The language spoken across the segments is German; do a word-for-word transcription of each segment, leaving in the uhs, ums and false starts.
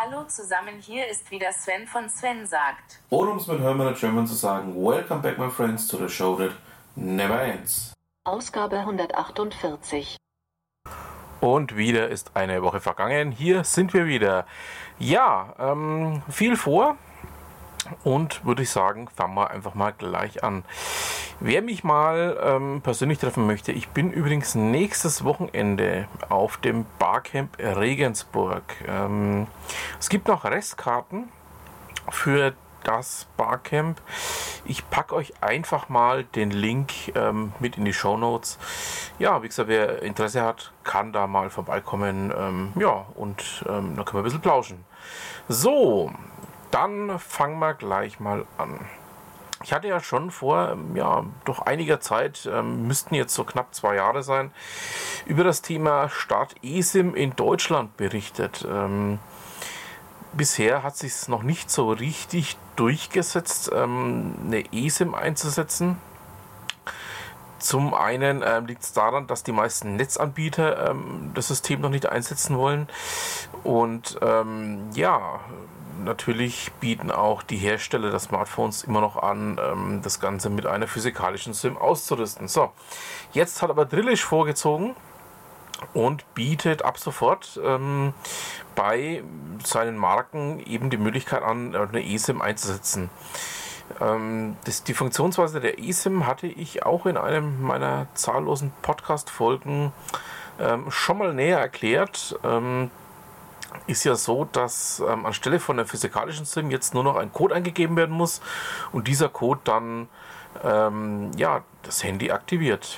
Hallo zusammen, hier ist wieder Sven von Sven sagt. Oder um es mit Hermann German zu sagen, Welcome back my friends to the show that never ends. Ausgabe hundertachtundvierzig. Und wieder ist eine Woche vergangen. Hier sind wir wieder. Ja, ähm, viel vor. Und würde ich sagen, fangen wir einfach mal gleich an. Wer mich mal ähm, persönlich treffen möchte, ich bin übrigens nächstes Wochenende auf dem Barcamp Regensburg. Ähm, es gibt noch Restkarten für das Barcamp. Ich packe euch einfach mal den Link ähm, mit in die Shownotes. Ja, wie gesagt, wer Interesse hat, kann da mal vorbeikommen. Ähm, ja, und ähm, dann können wir ein bisschen plauschen. So, dann fangen wir gleich mal an. Ich hatte ja schon vor, ja, doch einiger Zeit, ähm, müssten jetzt so knapp zwei Jahre sein, über das Thema Start E S I M in Deutschland berichtet. Ähm, bisher hat sich es noch nicht so richtig durchgesetzt, ähm, eine E S I M einzusetzen. Zum einen ähm, liegt es daran, dass die meisten Netzanbieter ähm, das System noch nicht einsetzen wollen. Und ähm, ja, natürlich bieten auch die Hersteller der Smartphones immer noch an, ähm, das Ganze mit einer physikalischen SIM auszurüsten. So, jetzt hat aber Drillisch vorgezogen und bietet ab sofort ähm, bei seinen Marken eben die Möglichkeit an, eine E S I M einzusetzen. Ähm, das, die Funktionsweise der E S I M hatte ich auch in einem meiner zahllosen Podcast-Folgen ähm, schon mal näher erklärt. Ähm, ist ja so, dass ähm, anstelle von der physikalischen SIM jetzt nur noch ein Code eingegeben werden muss und dieser Code dann ähm, ja, das Handy aktiviert.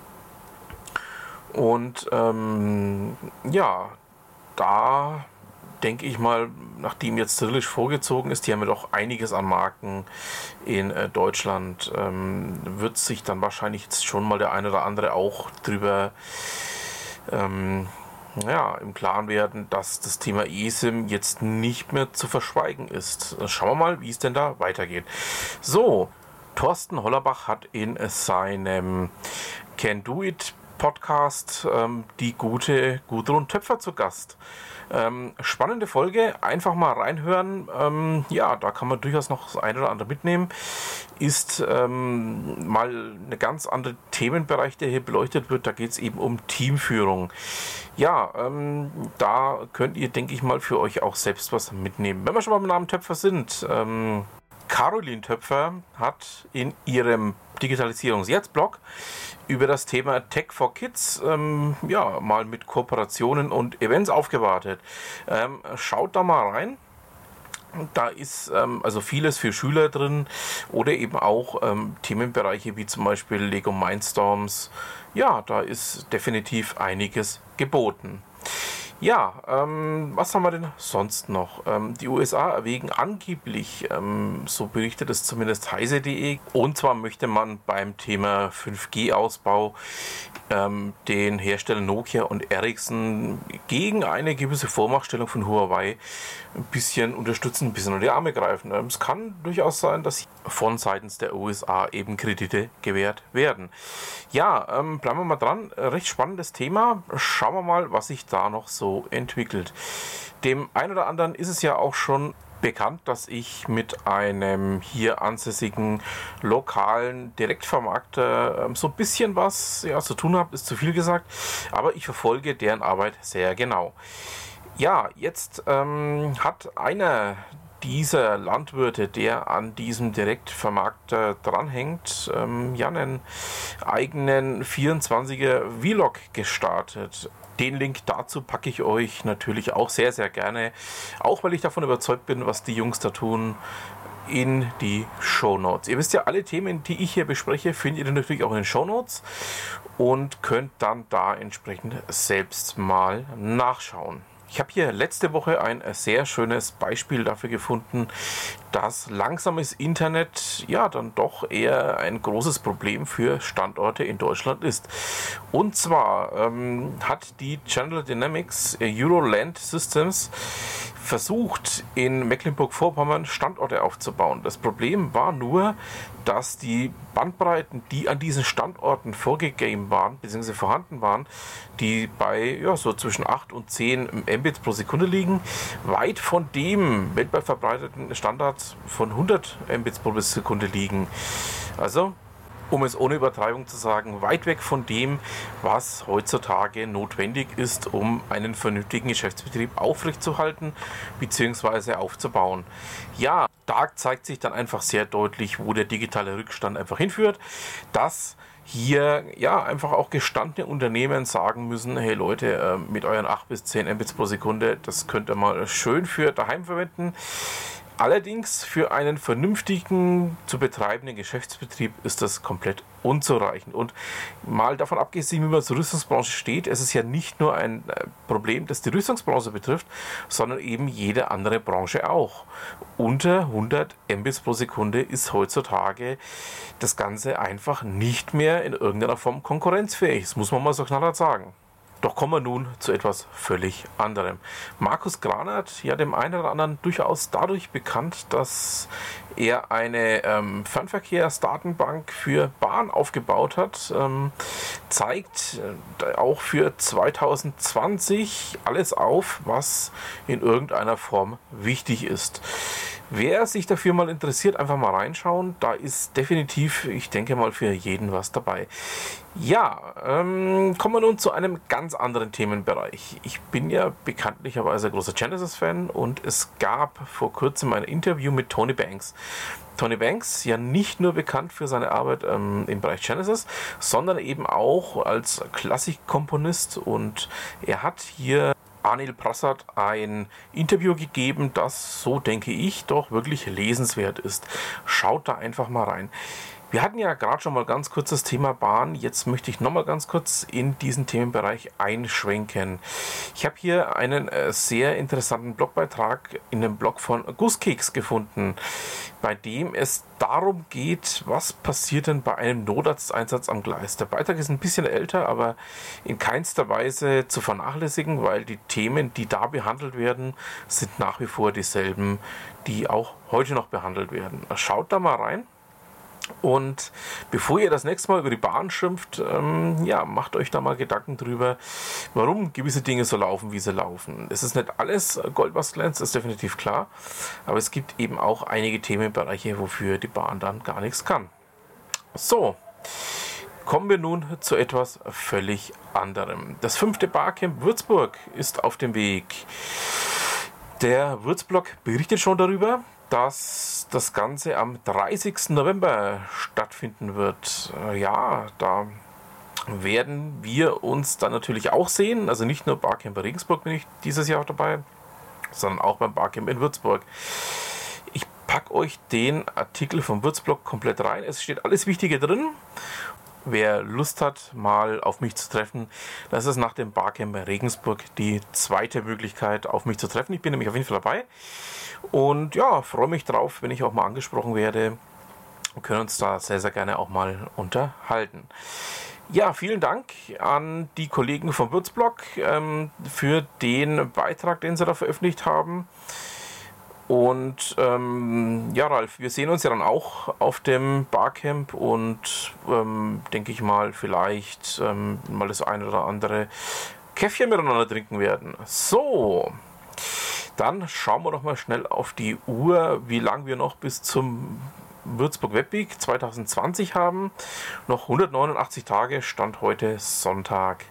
Und ähm, ja, da denke ich mal, nachdem jetzt Drillisch vorgezogen ist, die haben ja doch einiges an Marken in äh, Deutschland, ähm, wird sich dann wahrscheinlich jetzt schon mal der eine oder andere auch drüber ähm, ja, im Klaren werden, dass das Thema E S I M jetzt nicht mehr zu verschweigen ist. Schauen wir mal, wie es denn da weitergeht. So, Thorsten Hollerbach hat in seinem Can Do It Podcast ähm, die gute Gudrun Töpfer zu Gast. Ähm, spannende Folge, einfach mal reinhören. Ähm, ja, da kann man durchaus noch das eine oder andere mitnehmen. Ist ähm, mal eine ganz andere Themenbereich, der hier beleuchtet wird. Da geht es eben um Teamführung. Ja, ähm, da könnt ihr, denke ich mal, für euch auch selbst was mitnehmen. Wenn wir schon mal beim Namen Töpfer sind, ähm, Caroline Töpfer hat in ihrem Digitalisierungs-Jetzt-Blog über das Thema Tech for Kids ähm, ja, mal mit Kooperationen und Events aufgewartet. Ähm, schaut da mal rein. Da ist ähm, also vieles für Schüler drin oder eben auch ähm, Themenbereiche wie zum Beispiel Lego Mindstorms. Ja, da ist definitiv einiges geboten. Ja, ähm, was haben wir denn sonst noch? Ähm, die U S A erwägen angeblich, ähm, so berichtet es zumindest heise punkt de, und zwar möchte man beim Thema fünf G Ausbau ähm, den Hersteller Nokia und Ericsson gegen eine gewisse Vormachtstellung von Huawei ein bisschen unterstützen, ein bisschen unter die Arme greifen. Ähm, es kann durchaus sein, dass von seitens der U S A eben Kredite gewährt werden. Ja, ähm, bleiben wir mal dran. Recht spannendes Thema. Schauen wir mal, was sich da noch so entwickelt. Dem einen oder anderen ist es ja auch schon bekannt, dass ich mit einem hier ansässigen lokalen Direktvermarkter ähm, so ein bisschen was ja, zu tun habe, ist zu viel gesagt, aber ich verfolge deren Arbeit sehr genau. Ja, jetzt ähm, hat einer dieser Landwirte, der an diesem Direktvermarkter dranhängt, ähm, ja, einen eigenen vierundzwanziger Vlog gestartet. Den Link dazu packe ich euch natürlich auch sehr, sehr gerne, auch weil ich davon überzeugt bin, was die Jungs da tun, in die Shownotes. Ihr wisst ja, alle Themen, die ich hier bespreche, findet ihr natürlich auch in den Shownotes und könnt dann da entsprechend selbst mal nachschauen. Ich habe hier letzte Woche ein sehr schönes Beispiel dafür gefunden, dass langsames Internet ja dann doch eher ein großes Problem für Standorte in Deutschland ist. Und zwar ähm, hat die General Dynamics Euroland Systems versucht, in Mecklenburg-Vorpommern Standorte aufzubauen. Das Problem war nur, dass die Bandbreiten, die an diesen Standorten vorgegeben waren, bzw. vorhanden waren, die bei ja, so zwischen acht und zehn Mbits pro Sekunde liegen, weit von dem weltweit verbreiteten Standard von hundert Mbits pro Sekunde liegen. Also, um es ohne Übertreibung zu sagen, weit weg von dem, was heutzutage notwendig ist, um einen vernünftigen Geschäftsbetrieb aufrechtzuerhalten bzw. aufzubauen. Ja, da zeigt sich dann einfach sehr deutlich, wo der digitale Rückstand einfach hinführt, dass hier ja einfach auch gestandene Unternehmen sagen müssen, hey Leute, mit euren acht bis zehn Mbits pro Sekunde, das könnt ihr mal schön für daheim verwenden. Allerdings für einen vernünftigen, zu betreibenden Geschäftsbetrieb ist das komplett unzureichend. Und mal davon abgesehen, wie man zur Rüstungsbranche steht, es ist ja nicht nur ein Problem, das die Rüstungsbranche betrifft, sondern eben jede andere Branche auch. Unter hundert Mbits pro Sekunde ist heutzutage das Ganze einfach nicht mehr in irgendeiner Form konkurrenzfähig. Das muss man mal so knallhart sagen. Doch kommen wir nun zu etwas völlig anderem. Markus Granert, ja dem einen oder anderen durchaus dadurch bekannt, dass er eine ähm, Fernverkehrsdatenbank für Bahn aufgebaut hat, ähm, zeigt äh, auch für zwanzig zwanzig alles auf, was in irgendeiner Form wichtig ist. Wer sich dafür mal interessiert, einfach mal reinschauen. Da ist definitiv, ich denke mal, für jeden was dabei. Ja, ähm, kommen wir nun zu einem ganz anderen Themenbereich. Ich bin ja bekanntlicherweise großer Genesis-Fan und es gab vor kurzem ein Interview mit Tony Banks. Tony Banks, ja nicht nur bekannt für seine Arbeit ähm, im Bereich Genesis, sondern eben auch als Klassikkomponist, und er hat hier Anil Prasad ein Interview gegeben, das, so denke ich, doch wirklich lesenswert ist. Schaut da einfach mal rein. Wir hatten ja gerade schon mal ganz kurz das Thema Bahn. Jetzt möchte ich noch mal ganz kurz in diesen Themenbereich einschwenken. Ich habe hier einen äh, sehr interessanten Blogbeitrag in dem Blog von Gusskeks gefunden, bei dem es darum geht, was passiert denn bei einem Notarzteinsatz am Gleis. Der Beitrag ist ein bisschen älter, aber in keinster Weise zu vernachlässigen, weil die Themen, die da behandelt werden, sind nach wie vor dieselben, die auch heute noch behandelt werden. Schaut da mal rein. Und bevor ihr das nächste Mal über die Bahn schimpft, ähm, ja, macht euch da mal Gedanken drüber, warum gewisse Dinge so laufen, wie sie laufen. Es ist nicht alles Gold, was glänzt, ist definitiv klar. Aber es gibt eben auch einige Themenbereiche, wofür die Bahn dann gar nichts kann. So, kommen wir nun zu etwas völlig anderem. Das fünfte Barcamp Würzburg ist auf dem Weg. Der Würzblog berichtet schon darüber, dass das Ganze am dreißigsten November stattfinden wird. Ja, da werden wir uns dann natürlich auch sehen. Also nicht nur Barcamp Regensburg bin ich dieses Jahr auch dabei, sondern auch beim Barcamp in Würzburg. Ich packe euch den Artikel vom Würzblog komplett rein. Es steht alles Wichtige drin. Wer Lust hat, mal auf mich zu treffen, das ist nach dem Barcamp Regensburg die zweite Möglichkeit, auf mich zu treffen. Ich bin nämlich auf jeden Fall dabei. Und ja, freue mich drauf, wenn ich auch mal angesprochen werde. Wir können uns da sehr, sehr gerne auch mal unterhalten. Ja, vielen Dank an die Kollegen vom Würzblog ähm, für den Beitrag, den sie da veröffentlicht haben. Und ähm, ja, Ralf, wir sehen uns ja dann auch auf dem Barcamp und ähm, denke ich mal, vielleicht ähm, mal das eine oder andere Käffchen miteinander trinken werden. So, dann schauen wir doch mal schnell auf die Uhr, wie lange wir noch bis zum Würzburg Webweek zwanzig zwanzig haben. Noch hundertneunundachtzig Tage, Stand heute Sonntag.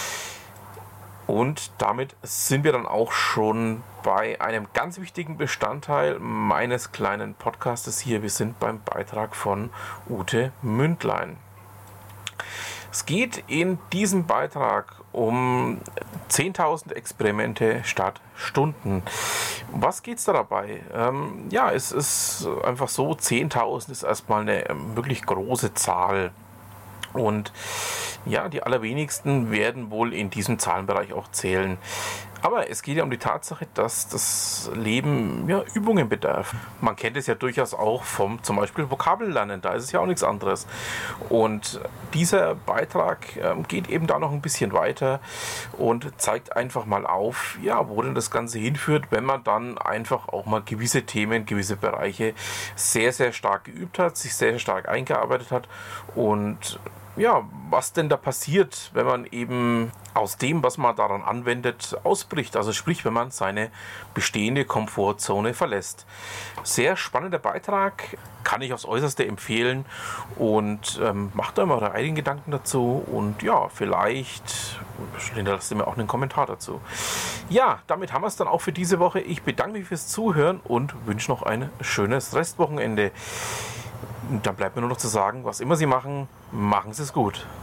Und damit sind wir dann auch schon bei einem ganz wichtigen Bestandteil meines kleinen Podcastes hier. Wir sind beim Beitrag von Ute Mündlein. Es geht in diesem Beitrag um zehntausend Experimente statt Stunden. Um was geht es da dabei? Ähm, ja, es ist einfach so, zehntausend ist erstmal eine wirklich große Zahl. Und ja, die allerwenigsten werden wohl in diesem Zahlenbereich auch zählen. Aber es geht ja um die Tatsache, dass das Leben ja, Übungen bedarf. Man kennt es ja durchaus auch vom zum Beispiel Vokabellernen, da ist es ja auch nichts anderes. Und dieser Beitrag äh, geht eben da noch ein bisschen weiter und zeigt einfach mal auf, ja, wo denn das Ganze hinführt, wenn man dann einfach auch mal gewisse Themen, gewisse Bereiche sehr, sehr stark geübt hat, sich sehr stark eingearbeitet hat und ja, was denn da passiert, wenn man eben aus dem, was man daran anwendet, ausbricht. Also sprich, wenn man seine bestehende Komfortzone verlässt. Sehr spannender Beitrag, kann ich aufs Äußerste empfehlen und ähm, macht euch mal eure eigenen Gedanken dazu und ja, vielleicht hinterlasst ihr mir auch einen Kommentar dazu. Ja, damit haben wir es dann auch für diese Woche. Ich bedanke mich fürs Zuhören und wünsche noch ein schönes Restwochenende. Und dann bleibt mir nur noch zu sagen, was immer Sie machen, machen Sie es gut.